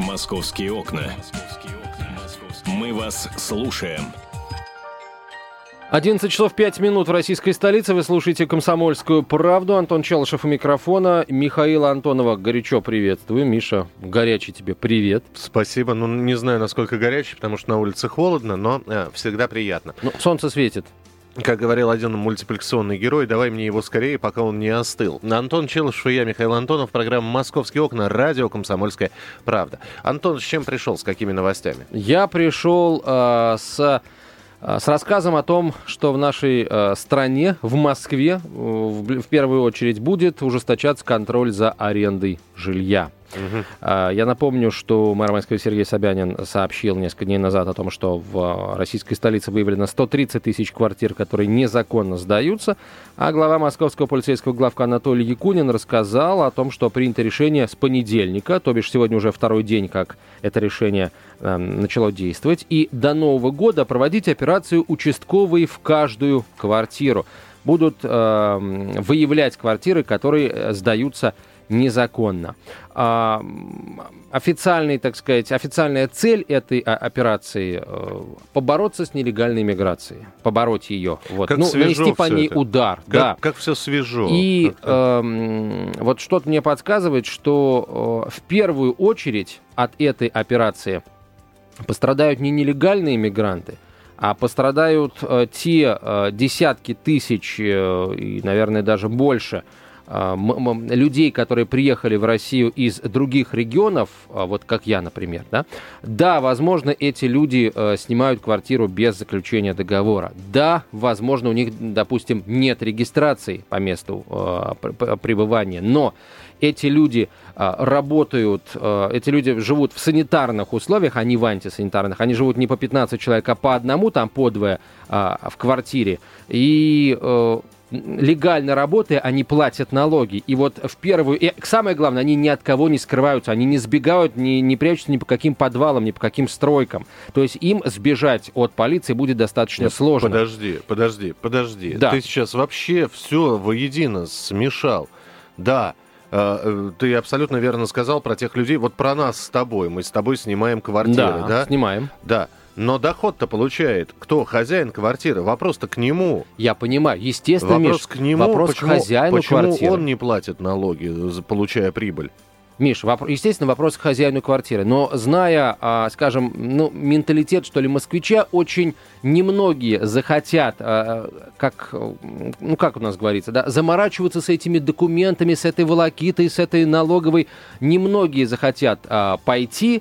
«Московские окна». Мы вас слушаем. 11 часов 5 минут в российской столице. Вы слушаете «Комсомольскую правду». Антон Челышев у микрофона. Михаила Антонова горячо приветствую. Миша, горячий тебе привет. Спасибо. Ну, не знаю, насколько горячий, потому что на улице холодно, но всегда приятно. Ну, солнце светит. Как говорил один мультипликационный герой, давай мне его скорее, пока он не остыл. Антон Челышев и я, Михаил Антонов, программа «Московские окна», радио «Комсомольская правда». Антон, с чем пришел, с какими новостями? Я пришел с рассказом о том, что в нашей стране, в Москве, в первую очередь будет ужесточаться контроль за арендой жилья. Я напомню, что мэр Москвы Сергей Собянин сообщил несколько дней назад о том, что в российской столице выявлено 130 тысяч квартир, которые незаконно сдаются, а глава московского полицейского главка Анатолий Якунин рассказал о том, что принято решение с понедельника, то бишь сегодня уже второй день, как это решение начало действовать, и до Нового года проводить операцию «Участковые в каждую квартиру». Будут выявлять квартиры, которые сдаются незаконно. Официальная цель этой операции побороться с нелегальной миграцией, побороть ее, вот. Нанести по ней удар. Как все свежо. И вот что-то мне подсказывает, что в первую очередь от этой операции пострадают не нелегальные мигранты, а пострадают те десятки тысяч и, наверное, даже больше людей, которые приехали в Россию из других регионов, вот как я, например, да, возможно, эти люди снимают квартиру без заключения договора. Да, возможно, у них, допустим, нет регистрации по месту пребывания, но эти люди работают, эти люди живут в санитарных условиях, а не в антисанитарных. Они живут не по 15 человек, а по одному, там по двое в квартире. И легально работая, они платят налоги. И вот самое главное, они ни от кого не скрываются, они не сбегают, не прячутся ни по каким подвалам, ни по каким стройкам. То есть им сбежать от полиции будет достаточно сложно. Подожди. Да. Ты сейчас вообще все воедино смешал. Да, ты абсолютно верно сказал про тех людей, вот про нас с тобой. Мы с тобой снимаем квартиры, да? Снимаем. Да. Но доход-то получает кто? Хозяин квартиры. Вопрос-то к нему. Я понимаю. Естественно, вопрос к нему. Вопрос к хозяину квартиры. Почему он не платит налоги, получая прибыль? Миш, естественно, вопрос к хозяину квартиры. Но зная, скажем, менталитет, что ли, москвича, очень немногие захотят, как у нас говорится, да, заморачиваться с этими документами, с этой волокитой, с этой налоговой. Немногие захотят пойти,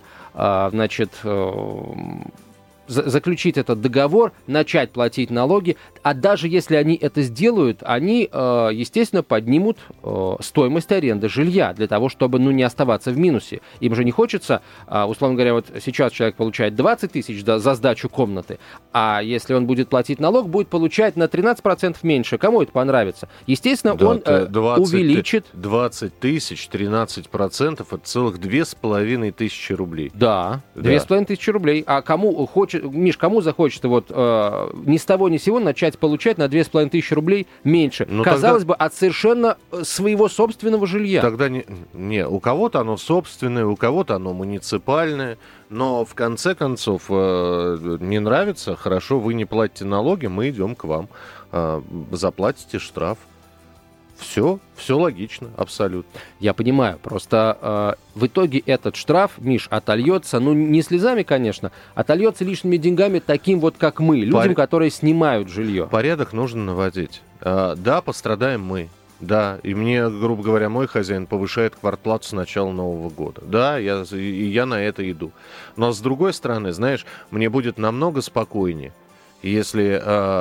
заключить этот договор, начать платить налоги, а даже если они это сделают, они, естественно, поднимут стоимость аренды жилья для того, чтобы, не оставаться в минусе. Им же не хочется, условно говоря, вот сейчас человек получает 20 тысяч за сдачу комнаты, а если он будет платить налог, будет получать на 13% меньше. Кому это понравится? Естественно, он увеличит... 20 тысяч, 13% это целых 2500 рублей. Да, 2500 рублей. А кому захочется ни с того ни с сего начать получать на 2500 рублей меньше? Казалось бы, от совершенно своего собственного жилья. Тогда у кого-то оно собственное, у кого-то оно муниципальное, но в конце концов не нравится, хорошо, вы не платите налоги, мы идем к вам, заплатите штраф. Все логично, абсолютно. Я понимаю, просто в итоге этот штраф, Миш, отольется, не слезами, конечно, отольется лишними деньгами таким вот, как мы, людям, которые снимают жилье. Порядок нужно наводить. Да, пострадаем мы. Да, и мне, грубо говоря, мой хозяин повышает квартплату с начала Нового года. Да, я на это иду. Но с другой стороны, знаешь, мне будет намного спокойнее, если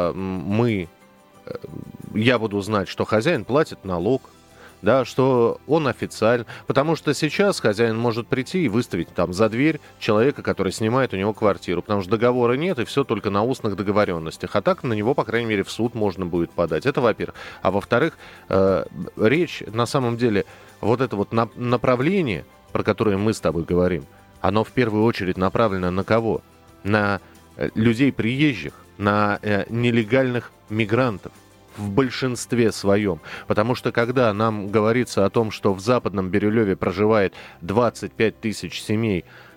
я буду знать, что хозяин платит налог, да, что он официально. Потому что сейчас хозяин может прийти и выставить там за дверь человека, который снимает у него квартиру, потому что договора нет, и все только на устных договоренностях. А так на него, по крайней мере, в суд можно будет подать. Это во-первых. А во-вторых, речь, на самом деле, вот это вот направление, про которое мы с тобой говорим, оно в первую очередь направлено на кого? На людей приезжих, на нелегальных мигрантов в большинстве своем. Потому что когда нам говорится о том, что в Западном Бирюлеве проживает 25 тысяч семей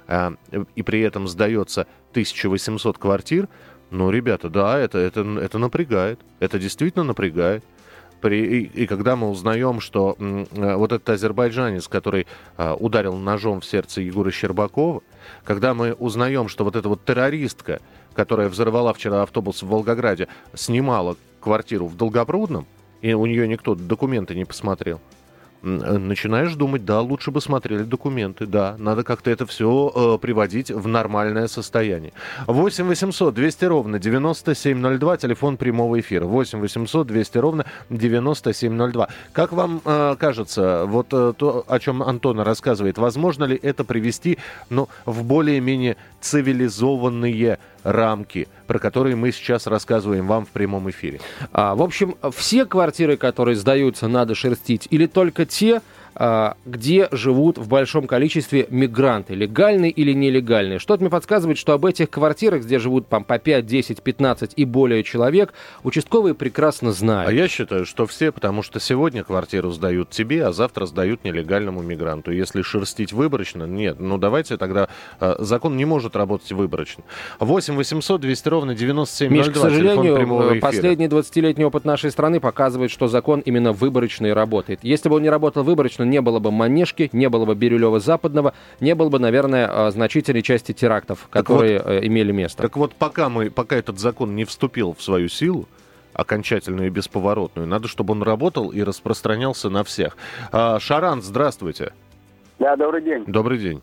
и при этом сдается 1800 квартир, ну, ребята, да, это напрягает. Это действительно напрягает. И когда мы узнаем, что вот этот азербайджанец, который ударил ножом в сердце Егора Щербакова, когда мы узнаем, что вот эта вот террористка, которая взорвала вчера автобус в Волгограде, снимала квартиру в Долгопрудном, и у нее никто документы не посмотрел, начинаешь думать, да, лучше бы смотрели документы, да, надо как-то это все приводить в нормальное состояние. 8 800 200 ровно 9702, телефон прямого эфира. 8 800 200 ровно 9702. Как вам кажется, вот то, о чем Антон рассказывает, возможно ли это привести, в более-менее цивилизованные рамки, про которые мы сейчас рассказываем вам в прямом эфире? В общем, все квартиры, которые сдаются, надо шерстить, или только те, где живут в большом количестве мигранты, легальные или нелегальные. Что-то мне подсказывает, что об этих квартирах, где живут по 5, 10, 15 и более человек, участковые прекрасно знают. А я считаю, что все, потому что сегодня квартиру сдают тебе, а завтра сдают нелегальному мигранту. Если шерстить выборочно, нет. Давайте тогда... закон не может работать выборочно. 8 800 200 ровно 9702. Миш, к сожалению, последний 20-летний опыт нашей страны показывает, что закон именно выборочно и работает. Если бы он не работал выборочно, не было бы Манежки, не было бы Бирюлева-Западного, не было бы, наверное, значительной части терактов, которые имели место. Так вот, пока этот закон не вступил в свою силу, окончательную и бесповоротную, надо, чтобы он работал и распространялся на всех. Шаран, здравствуйте. Да, добрый день. Добрый день.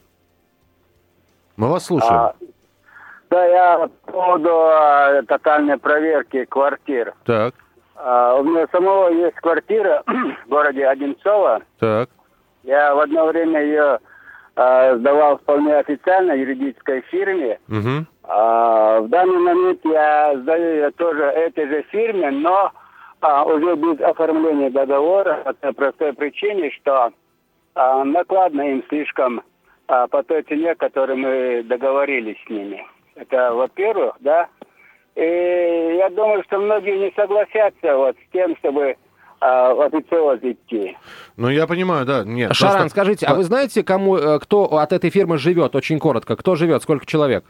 Мы вас слушаем. Да, я по поводу тотальной проверки квартир. Так. У меня самого есть квартира в городе Одинцово. Так. Я в одно время ее сдавал вполне официально юридической фирме. Угу. В данный момент я сдаю ее тоже этой же фирме, но уже без оформления договора по той простой причине, что накладно им слишком по той цене, которой мы договорились с ними. Это, во-первых, да. И я думаю, что многие не согласятся с тем, чтобы в официоз идти. Я понимаю, да. Нет, Шаран, скажите, а вы знаете, кто от этой фирмы живет? Очень коротко. Кто живет? Сколько человек?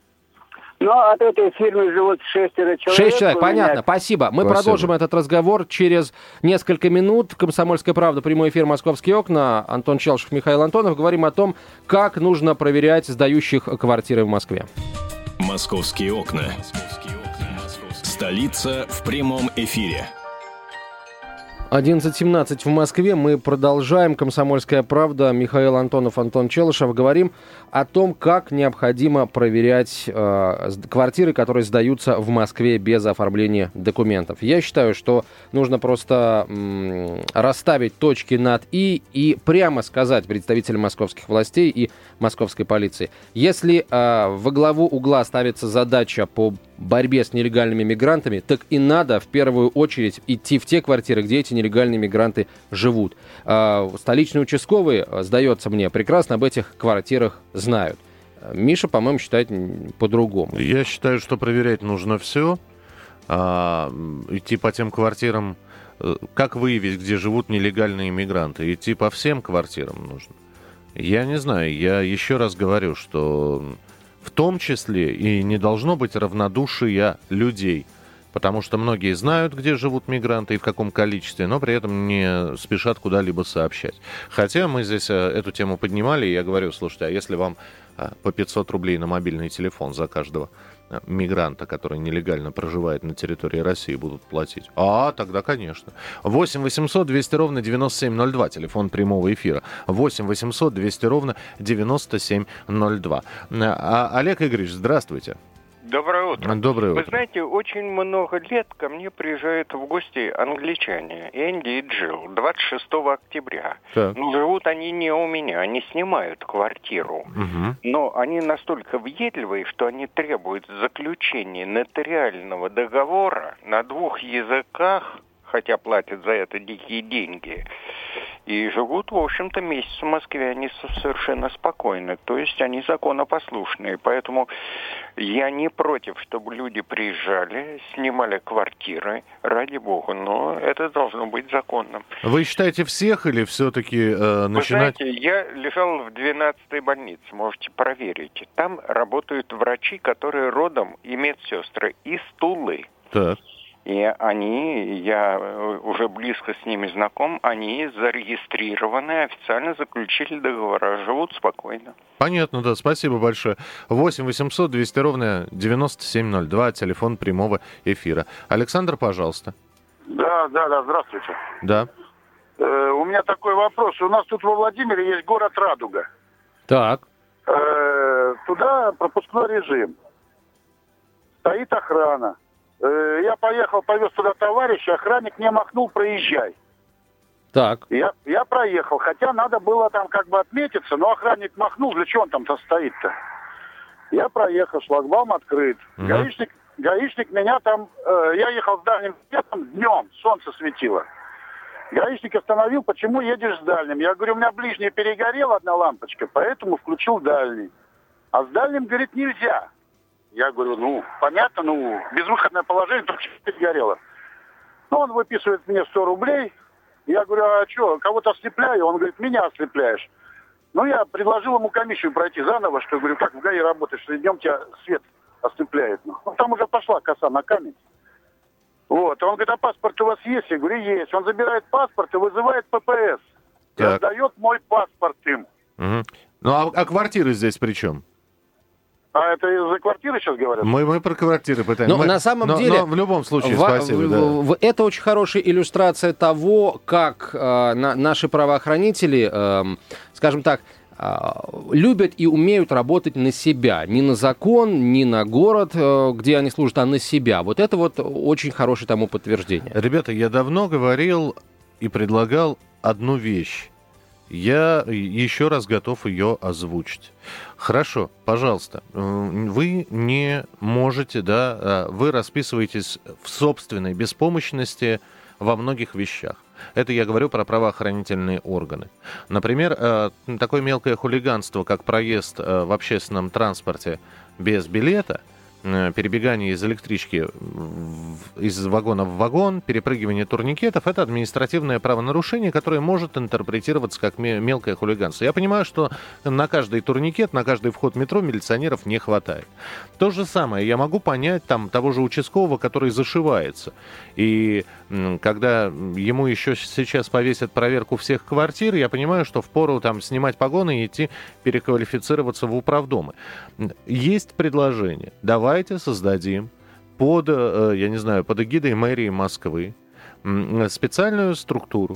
От этой фирмы живут 6 человек. 6 человек, понятно. Спасибо. Мы продолжим этот разговор через несколько минут. «Комсомольская правда», прямой эфир «Московские окна». Антон Челшев, Михаил Антонов. Говорим о том, как нужно проверять сдающих квартиры в Москве. «Московские окна». Столица в прямом эфире. 11:17 в Москве. Мы продолжаем. «Комсомольская правда». Михаил Антонов, Антон Челышев. Говорим о том, как необходимо проверять квартиры, которые сдаются в Москве без оформления документов. Я считаю, что нужно просто расставить точки над и прямо сказать представителям московских властей и московской полиции. Если во главу угла ставится задача по борьбе с нелегальными мигрантами, так и надо в первую очередь идти в те квартиры, где эти нелегальные мигранты живут. Столичные участковые, сдается мне, прекрасно об этих квартирах знают. Миша, по-моему, считает по-другому. Я считаю, что проверять нужно все. Идти по тем квартирам, как выявить, где живут нелегальные мигранты. Идти по всем квартирам нужно. Я не знаю, я еще раз говорю, что в том числе и не должно быть равнодушия людей. Потому что многие знают, где живут мигранты и в каком количестве, но при этом не спешат куда-либо сообщать. Хотя мы здесь эту тему поднимали, и я говорю, слушайте, а если вам по 500 рублей на мобильный телефон за каждого мигранта, который нелегально проживает на территории России, будут платить? Тогда, конечно. 8 800 200 ровно 9702, телефон прямого эфира. 8 800 200 ровно 9702. Олег Игоревич, здравствуйте. Доброе утро. Доброе утро. Вы знаете, очень много лет ко мне приезжают в гости англичане, Энди и Джилл, 26 октября. Так. Живут они не у меня, они снимают квартиру. Угу. Но они настолько въедливые, что они требуют заключения нотариального договора на 2 языках, хотя платят за это дикие деньги. И живут, в общем-то, месяц в Москве они совершенно спокойно. То есть они законопослушные. Поэтому я не против, чтобы люди приезжали, снимали квартиры, ради бога. Но это должно быть законным. Вы считаете всех или все-таки начинать... Вы знаете, я лежал в 12-й больнице, можете проверить. Там работают врачи, которые родом и медсестры из Тулы. Так. И они, я уже близко с ними знаком, они зарегистрированы, официально заключили договора, живут спокойно. Понятно, да, спасибо большое. 8 800 200 ровно 9702, телефон прямого эфира. Александр, пожалуйста. Да, здравствуйте. Да. У меня такой вопрос. У нас тут во Владимире есть город Радуга. Так. Туда пропускной режим. Стоит охрана. Я поехал, повез туда товарища, охранник мне махнул, проезжай. Так. Я проехал, хотя надо было там как бы отметиться, но охранник махнул, для чего он там-то стоит-то? Я проехал, шлагбаум открыт. Угу. Гаишник меня там... я ехал с дальним светом, днем, солнце светило. Гаишник остановил, почему едешь с дальним? Я говорю, у меня ближний перегорела одна лампочка, поэтому включил дальний. А с дальним, говорит, нельзя. Я говорю, понятно, безвыходное положение, только перегорело. Он выписывает мне 100 рублей. Я говорю, а что, кого-то ослепляю? Он говорит, меня ослепляешь. Я предложил ему комиссию пройти заново, что, говорю, как в ГАИ работаешь, что днем тебя свет ослепляет. Там уже пошла коса на камень. Он говорит, а паспорт у вас есть? Я говорю, есть. Он забирает паспорт и вызывает ППС. И отдает мой паспорт им. Угу. А квартиры здесь при чем? А это из-за квартиры сейчас говорят? Мы про квартиры пытаемся. Но на самом деле... Но в любом случае, спасибо. Это очень хорошая иллюстрация того, как наши правоохранители, скажем так, любят и умеют работать на себя. Не на закон, не на город, где они служат, а на себя. Вот это вот очень хорошее тому подтверждение. Ребята, я давно говорил и предлагал одну вещь. Я еще раз готов ее озвучить. Хорошо, пожалуйста, вы не можете, вы расписываетесь в собственной беспомощности во многих вещах. Это я говорю про правоохранительные органы. Например, такое мелкое хулиганство, как проезд в общественном транспорте без билета, перебегание из электрички из вагона в вагон, перепрыгивание турникетов — это административное правонарушение, которое может интерпретироваться как мелкое хулиганство. Я понимаю, что на каждый турникет, на каждый вход в метро милиционеров не хватает. То же самое я могу понять того же участкового, который зашивается. И когда ему еще сейчас повесят проверку всех квартир, я понимаю, что впору снимать погоны и идти переквалифицироваться в управдомы. Есть предложение. Давайте создадим под эгидой мэрии Москвы специальную структуру,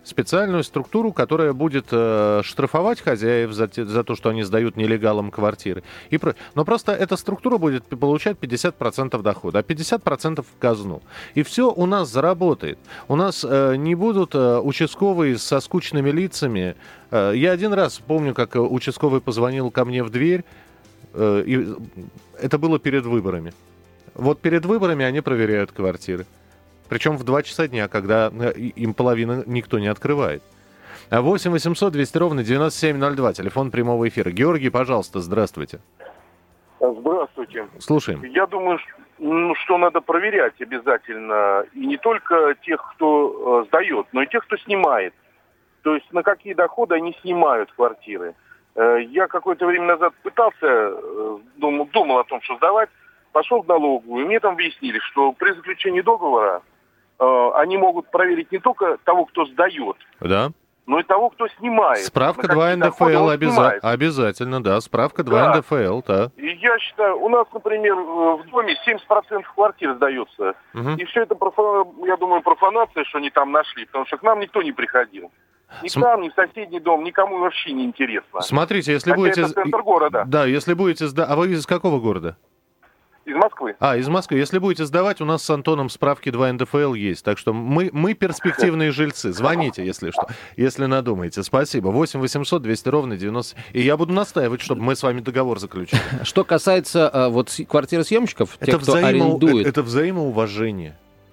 которая будет штрафовать хозяев за то, что они сдают нелегалам квартиры. Но просто эта структура будет получать 50% дохода, а 50% в казну. И все у нас заработает. У нас не будут участковые со скучными лицами. Я один раз помню, как участковый позвонил ко мне в дверь, и это было перед выборами. Вот перед выборами они проверяют квартиры. Причем в 2 часа дня, когда им половина никто не открывает. 8 800 200 ровно 9702, телефон прямого эфира. Георгий, пожалуйста, здравствуйте. Здравствуйте. Слушаем. Я думаю, что надо проверять обязательно. И не только тех, кто сдает, но и тех, кто снимает. То есть на какие доходы они снимают квартиры. Я какое-то время назад пытался, думал о том, что сдавать. Пошел в налоговую, и мне там объяснили, что при заключении договора они могут проверить не только того, кто сдает, но и того, кто снимает. Справка 2 НДФЛ обязательно, да, справка 2 НДФЛ, да. И я считаю, у нас, например, в доме 70% квартир сдается. Угу. И все это, я думаю, профанация, что они там нашли, потому что к нам никто не приходил. Ни к нам, ни в соседний дом, никому вообще не интересно. Смотрите, если будете... это центр города. Да, если будете... А вы из какого города? Из Москвы. Из Москвы. Если будете сдавать, у нас с Антоном справки 2 НДФЛ есть. Так что мы перспективные жильцы. Звоните, если что, если надумаете. Спасибо. 8 800 200 ровно 90. И я буду настаивать, чтобы мы с вами договор заключили. Что касается квартиросъемщиков, тех, кто арендует... Это взаимоуважение.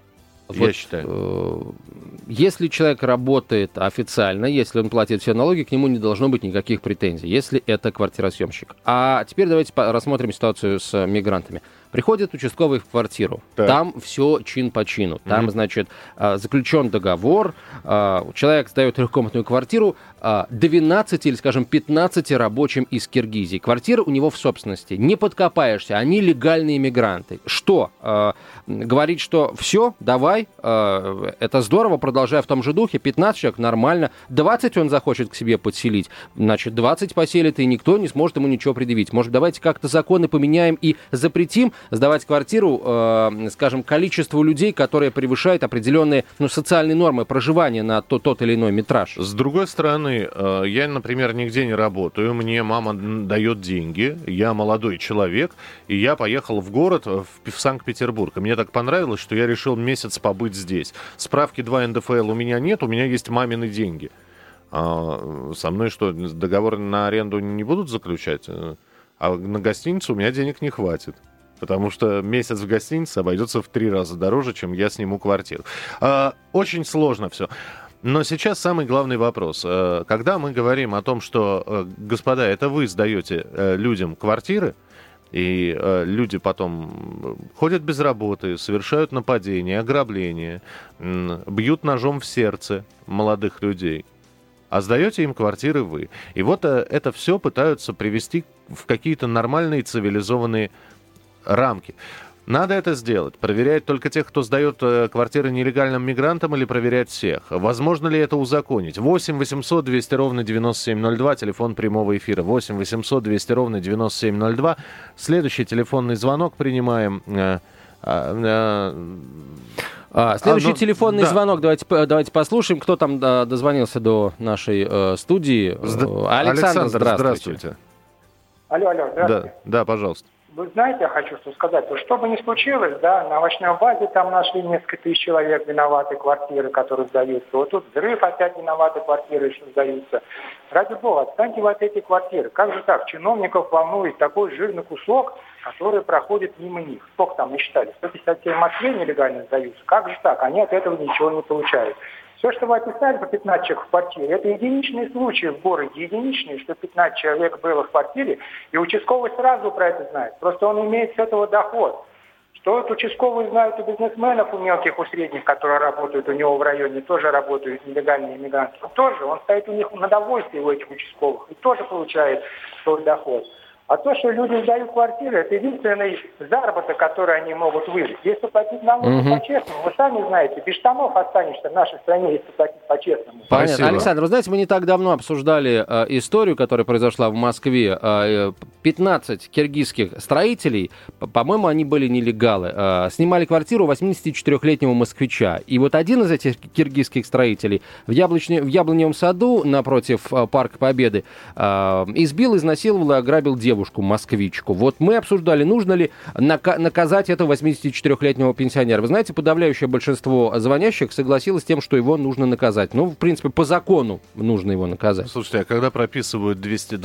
я считаю. Если человек работает официально, если он платит все налоги, к нему не должно быть никаких претензий, если это квартиросъемщик. А теперь давайте рассмотрим ситуацию с мигрантами. Приходит участковый в квартиру, так. Там все чин по чину. Там, значит, заключен договор, человек сдает трехкомнатную квартиру 12 или, скажем, 15 рабочим из Киргизии. Квартира у него в собственности. Не подкопаешься, они легальные мигранты. Что? Говорить, что все, давай, это здорово, продолжай в том же духе, 15 человек, нормально, 20 он захочет к себе подселить, значит, 20 поселит, и никто не сможет ему ничего предъявить. Может, давайте как-то законы поменяем и запретим сдавать квартиру, скажем, количеству людей, которые превышают определенные социальные нормы проживания на тот или иной метраж. С другой стороны, я, например, нигде не работаю, мне мама дает деньги, я молодой человек, и я поехал в город, в Санкт-Петербург. И мне так понравилось, что я решил месяц побыть здесь. Справки 2 НДФЛ у меня нет, у меня есть мамины деньги. Со мной что, договор на аренду не будут заключать? А на гостиницу у меня денег не хватит. Потому что месяц в гостинице обойдется в 3 раза дороже, чем я сниму квартиру. Очень сложно все. Но сейчас самый главный вопрос. Когда мы говорим о том, что, господа, это вы сдаете людям квартиры, и люди потом ходят без работы, совершают нападения, ограбления, бьют ножом в сердце молодых людей, а сдаете им квартиры вы. И вот это все пытаются привести в какие-то нормальные цивилизованные рамки. Надо это сделать. Проверять только тех, кто сдает квартиры нелегальным мигрантам, или проверять всех? Возможно ли это узаконить? 8 800 200 ровно 9702, телефон прямого эфира. 8 800 200 ровно 9702. Следующий телефонный звонок принимаем. Следующий телефонный звонок. Давайте послушаем, кто там дозвонился до нашей студии. Александр, здравствуйте. Алло, здравствуйте. Да, пожалуйста. Вы знаете, я хочу что сказать. Что бы ни случилось, да, на овощной базе там нашли несколько тысяч человек виноваты, квартиры, которые сдаются. Вот тут взрыв, опять виноваты, квартиры еще сдаются. Ради бога, отстаньте вы от эти квартиры. Как же так? Чиновников волнует такой жирный кусок, который проходит мимо них. Сколько там, мы считали? 157 в Москве нелегально сдаются. Как же так? Они от этого ничего не получают. Все, что вы описали по 15 человек в квартире, это единичные случаи в городе, единичные, что 15 человек было в квартире, и участковый сразу про это знает. Просто он имеет с этого доход. Что вот участковые знают у бизнесменов, у мелких, у средних, которые работают у него в районе, тоже работают нелегальные иммигранты. Тоже, он стоит у них на довольстве у этих участковых, и тоже получает свой доход. А то, что люди сдают квартиры, это единственный заработок, который они могут выжить. Если платить налоги по-честному, вы сами знаете, без штанов останешься в нашей стране, если платить по-честному. Понятно. Спасибо. Александр, вы знаете, мы не так давно обсуждали историю, которая произошла в Москве. 15 киргизских строителей, по-моему, они были нелегалы, снимали квартиру 84-летнего москвича. И вот один из этих киргизских строителей в Яблоневом саду напротив Парка Победы избил, изнасиловал и ограбил девушку-москвичку. Вот мы обсуждали, нужно ли наказать этого 84-летнего пенсионера. Вы знаете, подавляющее большинство звонящих согласилось с тем, что его нужно наказать. Ну, в принципе, по закону нужно его наказать. Слушайте, а когда прописывают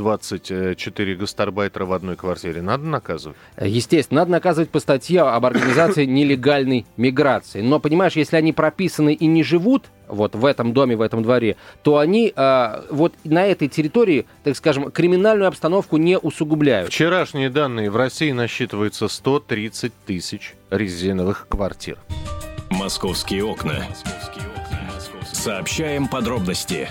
224 гастарбайтера в одной квартире, надо наказывать? Естественно, надо наказывать по статье об организации нелегальной миграции. Но, понимаешь, если они прописаны и не живут вот в этом доме, в этом дворе, то они вот на этой территории, так скажем, криминальную обстановку не усугубляют. Вчерашние данные: в России насчитывается 130 тысяч резиновых квартир. «Московские окна». Сообщаем подробности.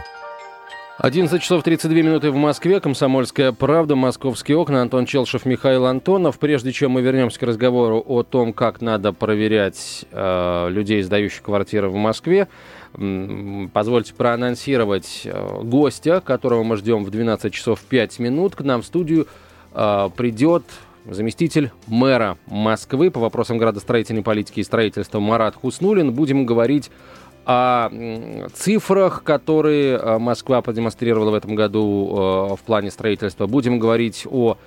11 часов 32 минуты в Москве. «Комсомольская правда», «Московские окна». Антон Челшев, Михаил Антонов. Прежде чем мы вернемся к разговору о том, как надо проверять людей, сдающих квартиры в Москве, позвольте проанонсировать гостя, которого мы ждем в 12 часов 5 минут. К нам в студию придет заместитель мэра Москвы по вопросам градостроительной политики и строительства Марат Хуснуллин. Будем говорить о цифрах, которые Москва продемонстрировала в этом году в плане строительства. Будем говорить о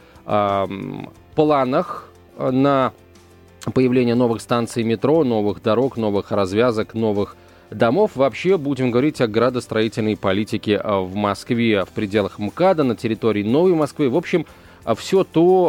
планах на появление новых станций метро, новых дорог, новых развязок, новых домов. Вообще будем говорить о градостроительной политике в Москве, в пределах МКАДа, на территории Новой Москвы. В общем, все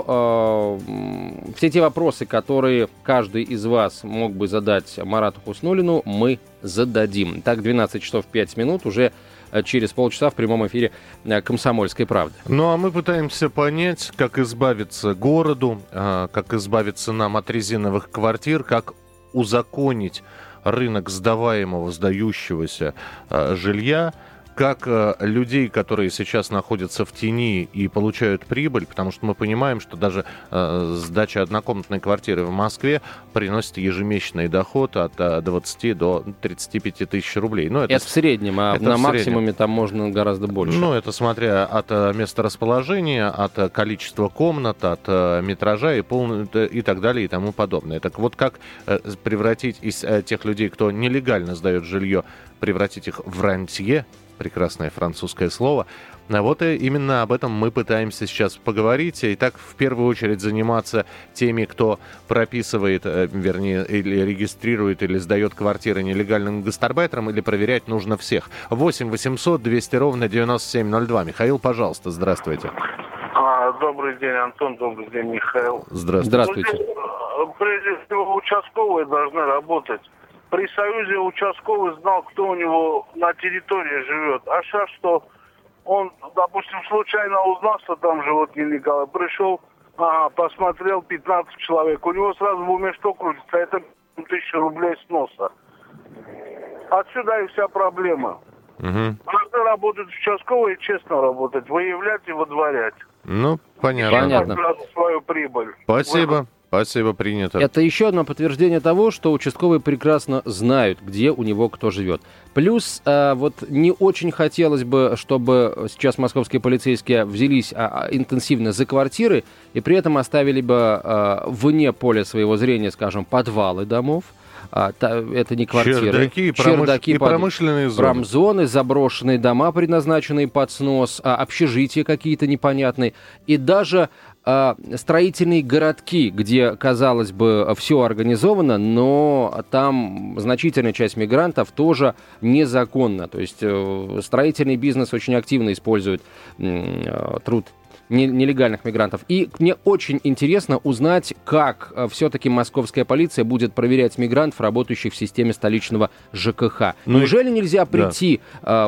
те вопросы, которые каждый из вас мог бы задать Марату Хуснуллину, мы зададим. Так, 12 часов 5 минут, уже через полчаса в прямом эфире «Комсомольской правды». Ну, а мы пытаемся понять, как избавиться городу, как избавиться нам от резиновых квартир, как узаконить рынок сдающегося жилья, как людей, которые сейчас находятся в тени и получают прибыль, потому что мы понимаем, что даже сдача однокомнатной квартиры в Москве приносит ежемесячный доход от 20 до 35 тысяч рублей. Ну, это в среднем, а на максимуме там можно гораздо больше. Ну, это смотря от места расположения, от количества комнат, от метража и так далее и тому подобное. Так вот, как превратить из тех людей, кто нелегально сдает жилье, превратить их в рантье, прекрасное французское слово. Вот и именно об этом мы пытаемся сейчас поговорить. Итак, в первую очередь заниматься теми, кто прописывает, вернее, или регистрирует, или сдает квартиры нелегальным гастарбайтерам, или проверять нужно всех. 8 800 200 ровно 9702. Михаил, пожалуйста, здравствуйте. Добрый день, Антон. Добрый день, Михаил. Здравствуйте. Прежде всего, участковые должны работать. При Союзе участковый знал, кто у него на территории живет. А сейчас что? Он, допустим, случайно узнал, что там живут нелегалы. Пришел, посмотрел 15 человек. У него сразу в уме что крутится? Это 1000 рублей сноса. Отсюда и вся проблема. Должны работать участковые, честно работать. Выявлять и выдворять. Ну, понятно. Свою прибыль. Спасибо. Спасибо, принято. Это еще одно подтверждение того, что участковые прекрасно знают, где у него кто живет. Плюс вот не очень хотелось бы, чтобы сейчас московские полицейские взялись интенсивно за квартиры и при этом оставили бы вне поля своего зрения, скажем, подвалы домов. Это не квартиры. Чердаки и промышленные зоны. Промзоны, заброшенные дома, предназначенные под снос, общежития какие-то непонятные. И даже строительные городки, где, казалось бы, все организовано, но там значительная часть мигрантов тоже незаконна. То есть строительный бизнес очень активно использует труд нелегальных мигрантов. И мне очень интересно узнать, как все-таки московская полиция будет проверять мигрантов, работающих в системе столичного ЖКХ. Неужели нельзя прийти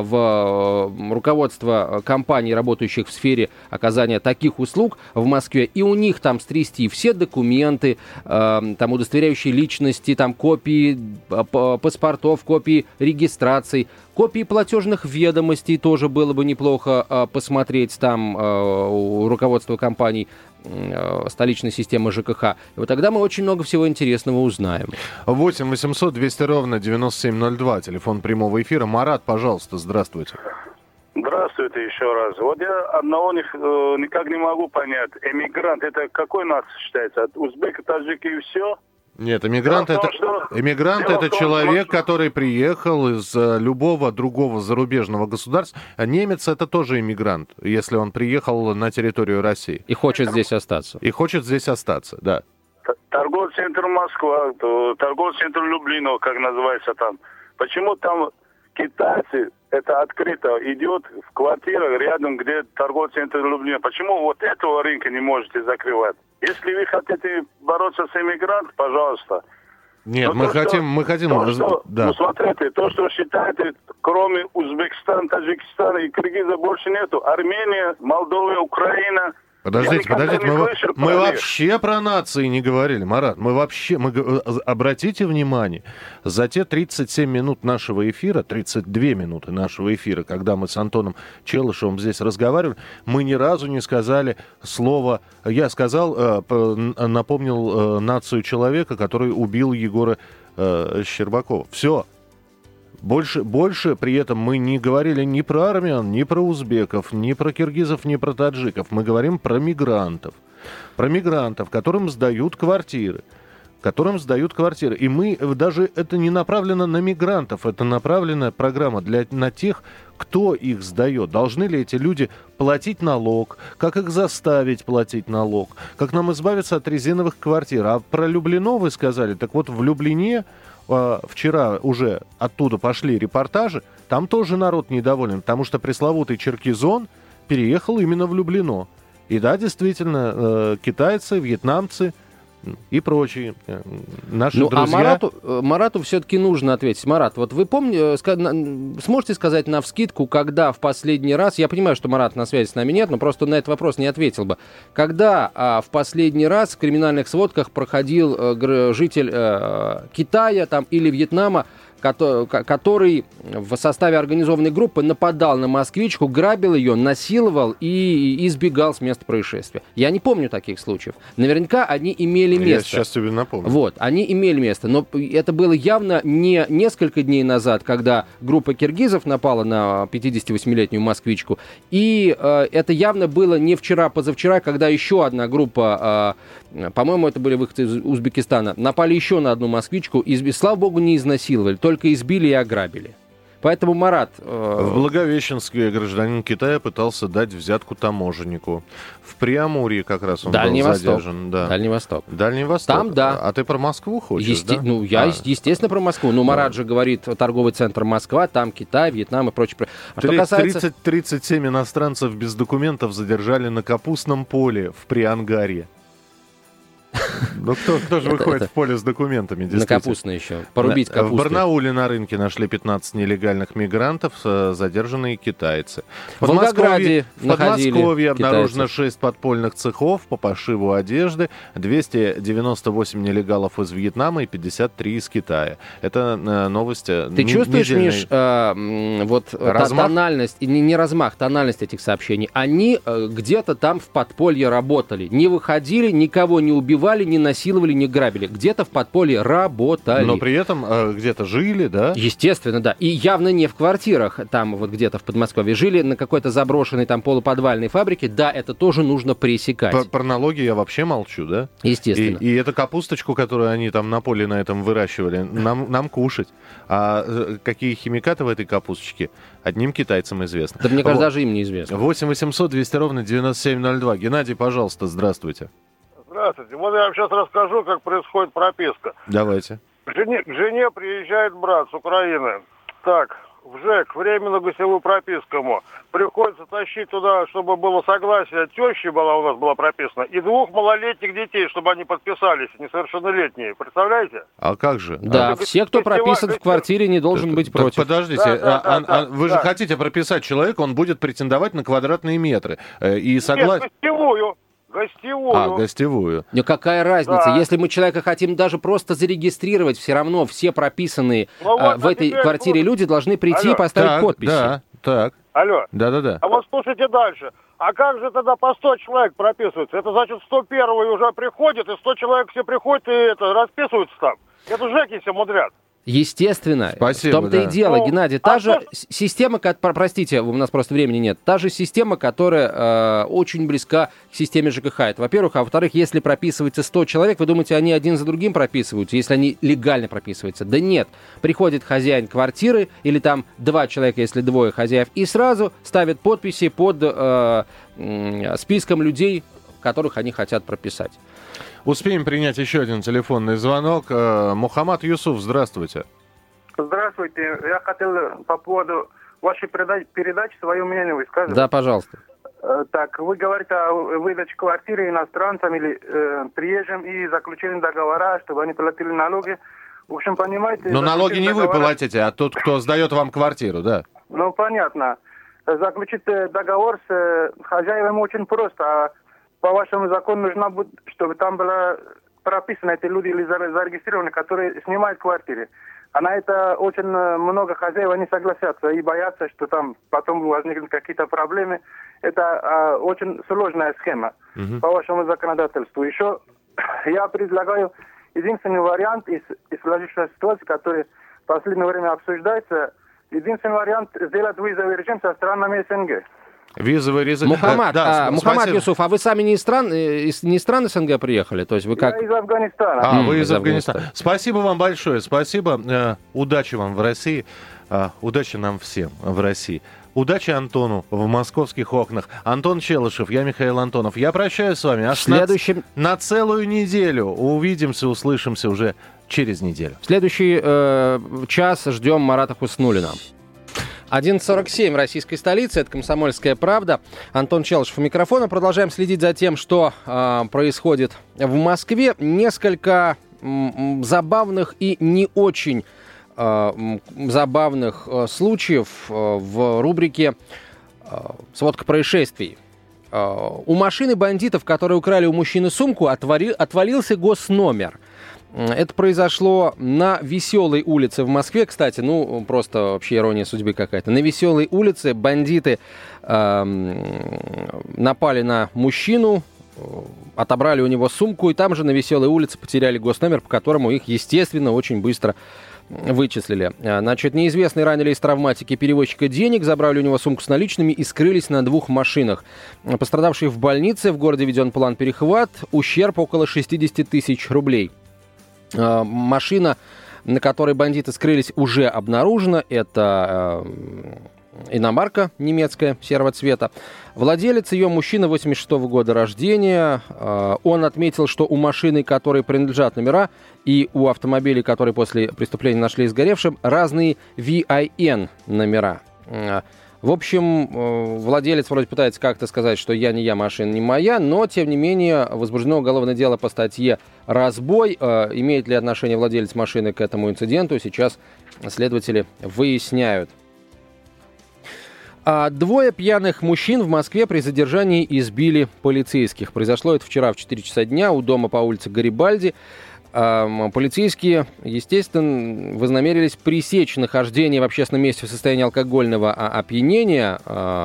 в руководство компаний, работающих в сфере оказания таких услуг в Москве, и у них там стрясти все документы, там удостоверяющие личности, там копии паспортов, копии регистраций, копии платежных ведомостей тоже было бы неплохо посмотреть там у руководства компаний столичной системы ЖКХ. И вот тогда мы очень много всего интересного узнаем. 8 800 200 ровно 9702. Телефон прямого эфира. Марат, пожалуйста, здравствуйте. Здравствуйте еще раз. Вот я одного никак не могу понять. Эмигрант, это какой нация считается? Узбеки, таджики и все? Нет, эмигрант это человек, который приехал из любого другого зарубежного государства. А немец это тоже эмигрант, если он приехал на территорию России. И хочет здесь остаться. Да. Торговый центр Москва, торговый центр Люблино, как называется там. Почему там китайцы, это открыто, идет в квартирах рядом, где торговый центр Люблино? Почему вот этого рынка не можете закрывать? Если вы хотите бороться с эмигрантом, пожалуйста. Нет, мы хотим... Да. Ну, смотрите, то, что считаете, кроме Узбекистана, Таджикистана и Киргиза больше нету. Армения, Молдова, Украина... Подождите, мы вообще про нации не говорили, Марат. Обратите внимание, за те 37 минут нашего эфира, 32 минуты нашего эфира, когда мы с Антоном Челышевым здесь разговаривали, мы ни разу не сказали слово... Я сказал, напомнил нацию человека, который убил Егора Щербакова. Все. Больше при этом мы не говорили ни про армян, ни про узбеков, ни про киргизов, ни про таджиков. Мы говорим про мигрантов. Про мигрантов, которым сдают квартиры. И мы даже... Это не направлено на мигрантов. Это направленная программа на тех, кто их сдает. Должны ли эти люди платить налог? Как их заставить платить налог? Как нам избавиться от резиновых квартир? А про Люблино вы сказали. Так вот, в Люблине... Вчера уже оттуда пошли репортажи, там тоже народ недоволен, потому что пресловутый Черкизон переехал именно в Люблино. И да, действительно, китайцы, вьетнамцы и прочие наши друзья. А Марату все-таки нужно ответить. Марат, вот вы помните, сможете сказать навскидку, когда в последний раз, я понимаю, что Марат на связи с нами нет, но просто на этот вопрос не ответил бы, когда в последний раз в криминальных сводках проходил житель Китая там, или Вьетнама, который в составе организованной группы нападал на москвичку, грабил ее, насиловал и избегал с места происшествия. Я не помню таких случаев. Наверняка они имели место. Я сейчас тебе напомню. Вот, они имели место. Но это было явно не несколько дней назад, когда группа киргизов напала на 58-летнюю москвичку. И это явно было не вчера-позавчера, когда еще одна группа, по-моему, это были выходцы из Узбекистана, напали еще на одну москвичку и, слава богу, не изнасиловали, только избили и ограбили. Поэтому, Марат... В Благовещенске гражданин Китая пытался дать взятку таможеннику. В Преамурье как раз он был задержан. Да. Дальний Восток. Дальний Восток. Там, да. А ты про Москву хочешь, да? Ну, я, естественно, про Москву. Ну, Марат же говорит, торговый центр Москва, там Китай, Вьетнам и прочее. А что касается... 37 иностранцев без документов задержали на Капустном поле в Приангарье. Ну, кто же выходит в поле с документами, действительно? На Капустной еще. Порубить капусту. В Барнауле на рынке нашли 15 нелегальных мигрантов, задержанные китайцы. В Волгограде находили в Подмосковье обнаружено 6 подпольных цехов по пошиву одежды, 298 нелегалов из Вьетнама и 53 из Китая. Это новость. Ты чувствуешь, Миш, тональность, не размах, тональность этих сообщений? Они где-то там в подполье работали, не выходили, никого не убивали, не насиловали, не грабили. Где-то в подполье работали. Но при этом где-то жили, да? Естественно, да. И явно не в квартирах, там вот где-то в Подмосковье. Жили на какой-то заброшенной там полуподвальной фабрике. Да, это тоже нужно пресекать. Про налоги я вообще молчу, да? Естественно. И эту капусточку, которую они там на поле на этом выращивали, нам кушать. А какие химикаты в этой капусточке, одним китайцам известно. Да мне кажется, даже им неизвестно. 8 800 200 ровно 9702. Геннадий, пожалуйста, здравствуйте. Здравствуйте. Вот я вам сейчас расскажу, как происходит прописка. Давайте. К жене приезжает брат с Украины. Так, в ЖЭК, временно гостевую прописку ему. Приходится тащить туда, чтобы было согласие. Тещи у нас была прописана. И 2 малолетних детей, чтобы они подписались, несовершеннолетние. Представляете? А как же? Да, все, кто прописан в квартире, не должен быть против. Подождите, вы же хотите прописать человека, он будет претендовать на квадратные метры. И согласен... Гостевую. Гостевую. Но какая разница? Да. Если мы человека хотим даже просто зарегистрировать, все равно все прописанные в этой квартире люди должны прийти и поставить подписи. Да, так. Алло. Да. А вот слушайте дальше. А как же тогда по 100 человек прописываются? Это значит 101-й уже приходит, и 100 человек все приходят и расписываются там. Это ЖЭКи все мудрят. Естественно. Спасибо, в том-то и дело, Геннадий. Та же система, простите, у нас просто времени нет, та же система, которая очень близка к системе ЖКХ. Это, во-первых. А во-вторых, если прописывается 100 человек, вы думаете, они один за другим прописываются, если они легально прописываются? Да нет. Приходит хозяин квартиры, или там 2 человека, если 2 хозяев, и сразу ставят подписи под списком людей, которых они хотят прописать. Успеем принять еще один телефонный звонок. Мухаммад Юсуф, здравствуйте. Здравствуйте. Я хотел по поводу вашей передачи свое мнение высказать. Да, пожалуйста. Так, вы говорите о выдаче квартиры иностранцам или приезжим и заключении договора, чтобы они платили налоги. В общем, понимаете... Но налоги не вы платите, а тот, кто сдает вам квартиру, да? Ну, понятно. Заключить договор с хозяевами очень просто. По вашему закону нужно будет, чтобы там было прописано эти люди или зарегистрированы, которые снимают квартиры. А на это очень много хозяев не согласятся и боятся, что там потом возникнут какие-то проблемы. Это очень сложная схема по вашему законодательству. Еще я предлагаю единственный вариант из сложившейся ситуации, который в последнее время обсуждается, единственный вариант сделать визовый режим со странами СНГ. Визовый режим. Мухаммад Юсуф, а вы сами не из стран СНГ приехали? То есть вы как... Я из Афганистана. Вы из Афганистана. Спасибо вам большое, спасибо. Удачи вам в России. Удачи нам всем в России. Удачи Антону в московских окнах. Антон Челышев, я Михаил Антонов. Я прощаюсь с вами аж на целую неделю. Увидимся, услышимся уже через неделю. В следующий час ждем Марата Хуснуллина. 11:47 российской столицы. Это «Комсомольская правда». Антон Челышев у микрофона. Продолжаем следить за тем, что происходит в Москве. Несколько забавных и не очень забавных случаев в рубрике «Сводка происшествий». У машины бандитов, которые украли у мужчины сумку, отвалился госномер. Это произошло на Веселой улице в Москве. Кстати, просто вообще ирония судьбы какая-то. На Веселой улице бандиты напали на мужчину, отобрали у него сумку, и там же на Веселой улице потеряли госномер, по которому их, естественно, очень быстро вычислили. Значит, неизвестные ранили из травматики перевозчика денег, забрали у него сумку с наличными и скрылись на 2 машинах. Пострадавший в больнице, в городе введен план перехват, ущерб около 60 тысяч рублей. Машина, на которой бандиты скрылись, уже обнаружена. Это иномарка немецкая, серого цвета. Владелец ее мужчина 86-го года рождения. Он отметил, что у машины, которой принадлежат номера, и у автомобилей, которые после преступления нашли сгоревшим, разные VIN номера. В общем, владелец вроде пытается как-то сказать, что я не я, машина не моя, но, тем не менее, возбуждено уголовное дело по статье «Разбой». Имеет ли отношение владелец машины к этому инциденту, сейчас следователи выясняют. 2 пьяных мужчин в Москве при задержании избили полицейских. Произошло это вчера в 4 часа дня у дома по улице Гарибальди. Полицейские, естественно, вознамерились пресечь нахождение в общественном месте в состоянии алкогольного опьянения.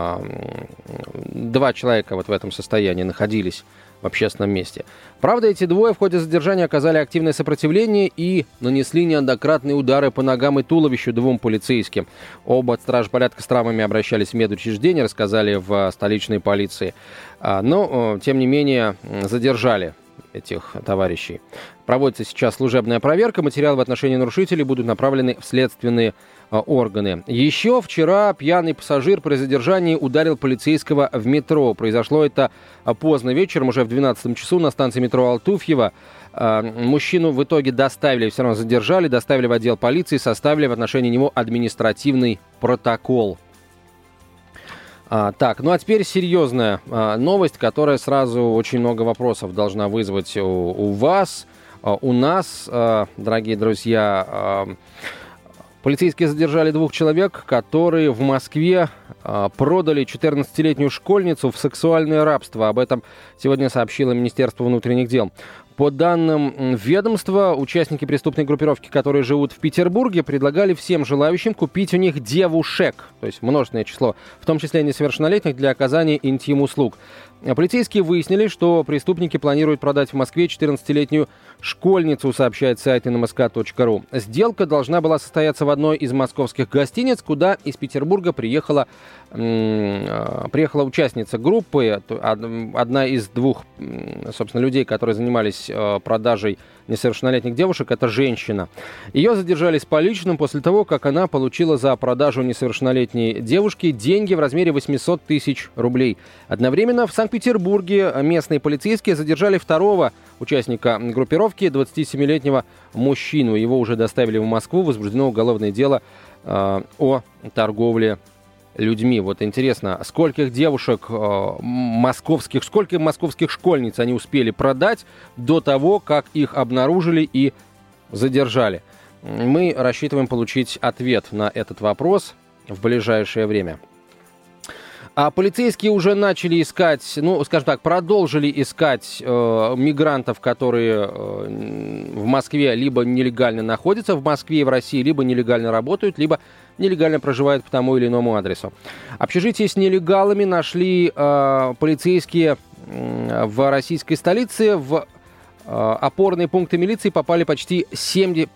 2 человека в этом состоянии находились в общественном месте. Правда, эти 2 в ходе задержания оказали активное сопротивление и нанесли неоднократные удары по ногам и туловищу 2 полицейским. Оба стражпорядка с травмами обращались в медучреждение, рассказали в столичной полиции. Но, тем не менее, задержали этих товарищей. Проводится сейчас служебная проверка. Материалы в отношении нарушителей будут направлены в следственные органы. Еще вчера пьяный пассажир при задержании ударил полицейского в метро. Произошло это поздно вечером, уже в 12 часу на станции метро Алтуфьево. Мужчину в итоге доставили, все равно задержали, доставили в отдел полиции, составили в отношении него административный протокол. А теперь серьезная новость, которая сразу очень много вопросов должна вызвать у вас, у нас, дорогие друзья. Полицейские задержали 2 человек, которые в Москве продали 14-летнюю школьницу в сексуальное рабство. Об этом сегодня сообщило Министерство внутренних дел. По данным ведомства, участники преступной группировки, которые живут в Петербурге, предлагали всем желающим купить у них девушек, то есть множественное число, в том числе несовершеннолетних, для оказания интим-услуг. Полицейские выяснили, что преступники планируют продать в Москве 14-летнюю школьницу, сообщает сайт nmsk.ru. Сделка должна была состояться в одной из московских гостиниц, куда из Петербурга приехала участница группы, одна из 2, собственно, людей, которые занимались продажей несовершеннолетних девушек, это женщина. Ее задержали с поличным после того, как она получила за продажу несовершеннолетней девушки деньги в размере 800 тысяч рублей. Одновременно в Санкт-Петербурге местные полицейские задержали 2-го участника группировки, 27-летнего мужчину. Его уже доставили в Москву, возбуждено уголовное дело о торговле людьми. Вот интересно, скольких девушек сколько московских школьниц они успели продать до того, как их обнаружили и задержали? Мы рассчитываем получить ответ на этот вопрос в ближайшее время. А полицейские уже начали искать, продолжили искать мигрантов, которые в Москве либо нелегально находятся в Москве и в России, либо нелегально работают, либо нелегально проживают по тому или иному адресу. Общежитие с нелегалами нашли полицейские в российской столице. В опорные пункты милиции попали почти 70...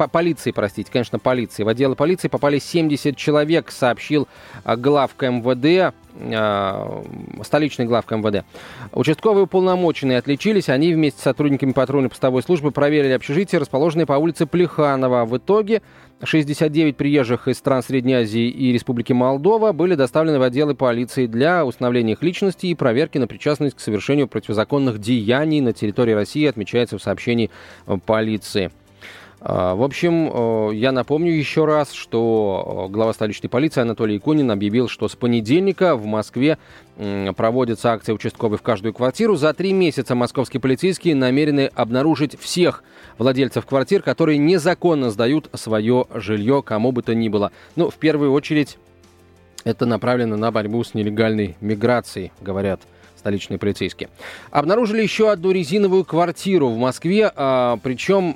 В отделы полиции попали 70 человек, сообщил главка МВД, столичный главка МВД. Участковые уполномоченные отличились. Они вместе с сотрудниками патрульно-постовой службы проверили общежитие, расположенное по улице Плеханова. В итоге 69 приезжих из стран Средней Азии и Республики Молдова были доставлены в отделы полиции для установления их личности и проверки на причастность к совершению противозаконных деяний на территории России, отмечается в сообщении полиции. В общем, я напомню еще раз, что глава столичной полиции Анатолий Иконин объявил, что с понедельника в Москве проводится акция «Участковый в каждую квартиру». За 3 месяца московские полицейские намерены обнаружить всех владельцев квартир, которые незаконно сдают свое жилье кому бы то ни было. Ну, в первую очередь, это направлено на борьбу с нелегальной миграцией, говорят столичные полицейские. Обнаружили еще одну резиновую квартиру в Москве, причем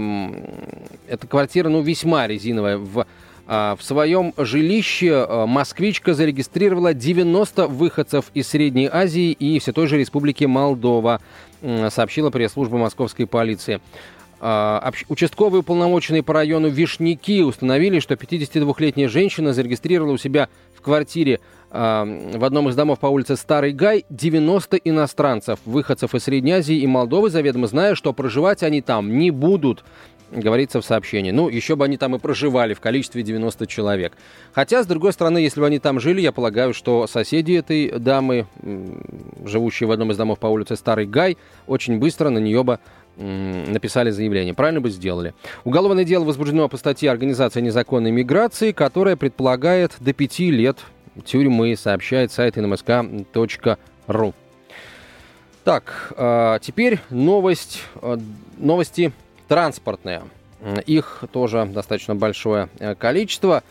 эта квартира, весьма резиновая. В своем жилище москвичка зарегистрировала 90 выходцев из Средней Азии и все той же Республики Молдова, сообщила пресс-служба московской полиции. Участковые уполномоченные по району Вишняки установили, что 52-летняя женщина зарегистрировала у себя в квартире в одном из домов по улице Старый Гай 90 иностранцев, выходцев из Средней Азии и Молдовы, заведомо зная, что проживать они там не будут, говорится в сообщении. Еще бы они там и проживали в количестве 90 человек. Хотя, с другой стороны, если бы они там жили, я полагаю, что соседи этой дамы, живущие в одном из домов по улице Старый Гай, очень быстро на нее бы написали заявление. Правильно бы сделали. Уголовное дело возбуждено по статье «Организация незаконной миграции», которая предполагает до 5 лет тюрьмы, сообщает сайт nmsk.ru. Так, теперь новости транспортные. Их тоже достаточно большое количество.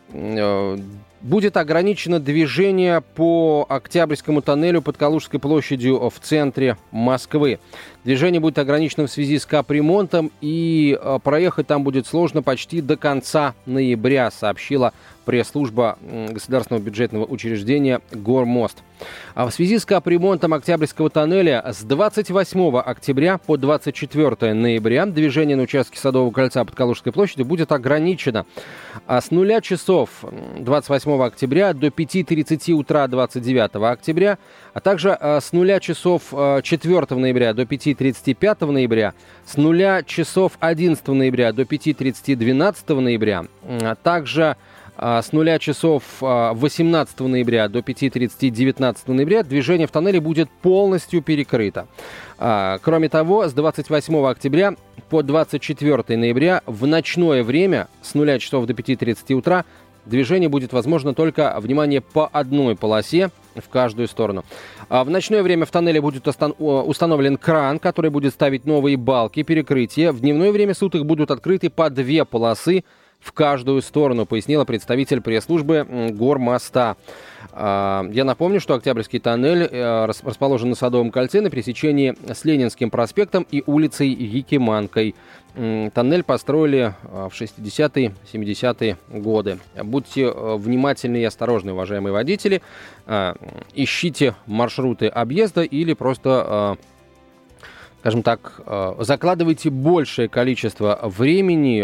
Будет ограничено движение по Октябрьскому тоннелю под Калужской площадью в центре Москвы. Движение будет ограничено в связи с капремонтом, и проехать там будет сложно почти до конца ноября, сообщила пресс-служба государственного бюджетного учреждения «Гормост». А в связи с капремонтом Октябрьского тоннеля с 28 октября по 24 ноября движение на участке Садового кольца под Калужской площадью будет ограничено с 0 часов 28 октября до 5:30 утра 29 октября, а также с 0 часов 4 ноября до 5:35 ноября, с 0 часов 11 ноября до 5:30 12 ноября, а также с 0 часов 18 ноября до 5:30 19 ноября движение в тоннеле будет полностью перекрыто. Кроме того, с 28 октября по 24 ноября в ночное время с 0 часов до 5:30 утра движение будет возможно только, внимание, по одной полосе в каждую сторону. В ночное время в тоннеле будет установлен кран, который будет ставить новые балки перекрытия. В дневное время суток будут открыты по 2 полосы в каждую сторону, пояснила представитель пресс-службы Гормоста. Я напомню, что Октябрьский тоннель расположен на Садовом кольце на пересечении с Ленинским проспектом и улицей Якиманкой. Тоннель построили в 60-е, 70-е годы. Будьте внимательны и осторожны, уважаемые водители. Ищите маршруты объезда или просто, скажем так, закладывайте большее количество времени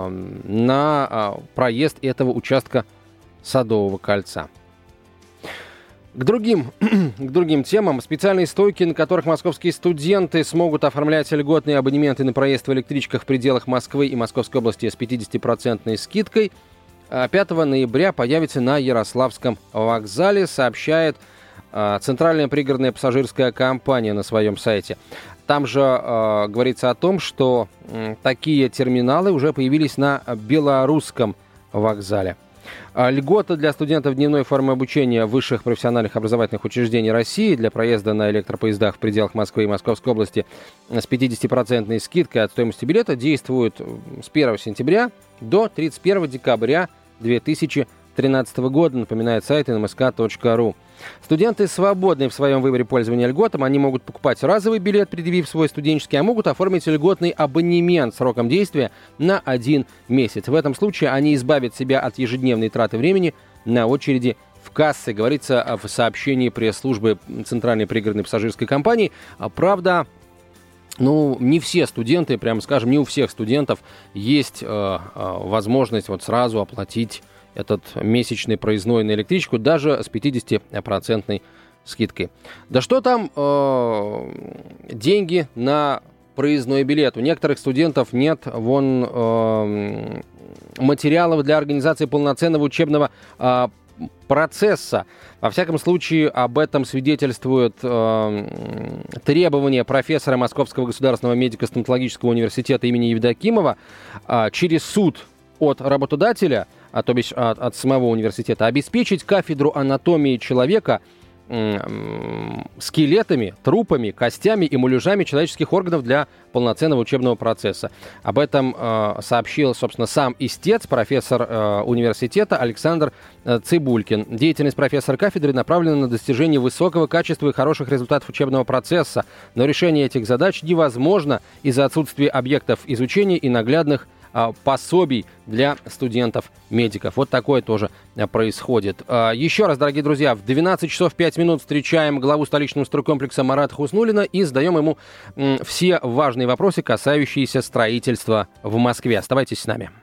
на проезд этого участка Садового кольца. К другим темам. Специальные стойки, на которых московские студенты смогут оформлять льготные абонементы на проезд в электричках в пределах Москвы и Московской области с 50% скидкой, 5 ноября появятся на Ярославском вокзале, сообщает Центральная пригородная пассажирская компания на своем сайте. Там же говорится о том, что такие терминалы уже появились на Белорусском вокзале. Льгота для студентов дневной формы обучения высших профессиональных образовательных учреждений России для проезда на электропоездах в пределах Москвы и Московской области с 50% скидкой от стоимости билета действует с 1 сентября до 31 декабря 2013 года, напоминает сайт nmsk.ru. Студенты свободны в своем выборе пользования льготом. Они могут покупать разовый билет, предъявив свой студенческий, а могут оформить льготный абонемент сроком действия на 1 месяц. В этом случае они избавят себя от ежедневной траты времени на очереди в кассы, говорится в сообщении пресс-службы Центральной пригородной пассажирской компании. Правда, не все студенты, прямо скажем, не у всех студентов есть возможность сразу оплатить этот месячный проездной на электричку даже с 50% скидкой. Да что там деньги на проездной билет? У некоторых студентов нет материалов для организации полноценного учебного процесса. Во всяком случае, об этом свидетельствует требование профессора Московского государственного медико-стоматологического университета имени Евдокимова через суд от работодателя, то бишь от самого университета, обеспечить кафедру анатомии человека скелетами, трупами, костями и муляжами человеческих органов для полноценного учебного процесса. Об этом сообщил, собственно, сам истец, профессор университета Александр Цыбулькин. Деятельность профессора кафедры направлена на достижение высокого качества и хороших результатов учебного процесса, но решение этих задач невозможно из-за отсутствия объектов изучения и наглядных пособий для студентов-медиков. Вот такое тоже происходит. Еще раз, дорогие друзья, в 12 часов 5 минут встречаем главу столичного стройкомплекса Марата Хуснуллина и задаем ему все важные вопросы, касающиеся строительства в Москве. Оставайтесь с нами.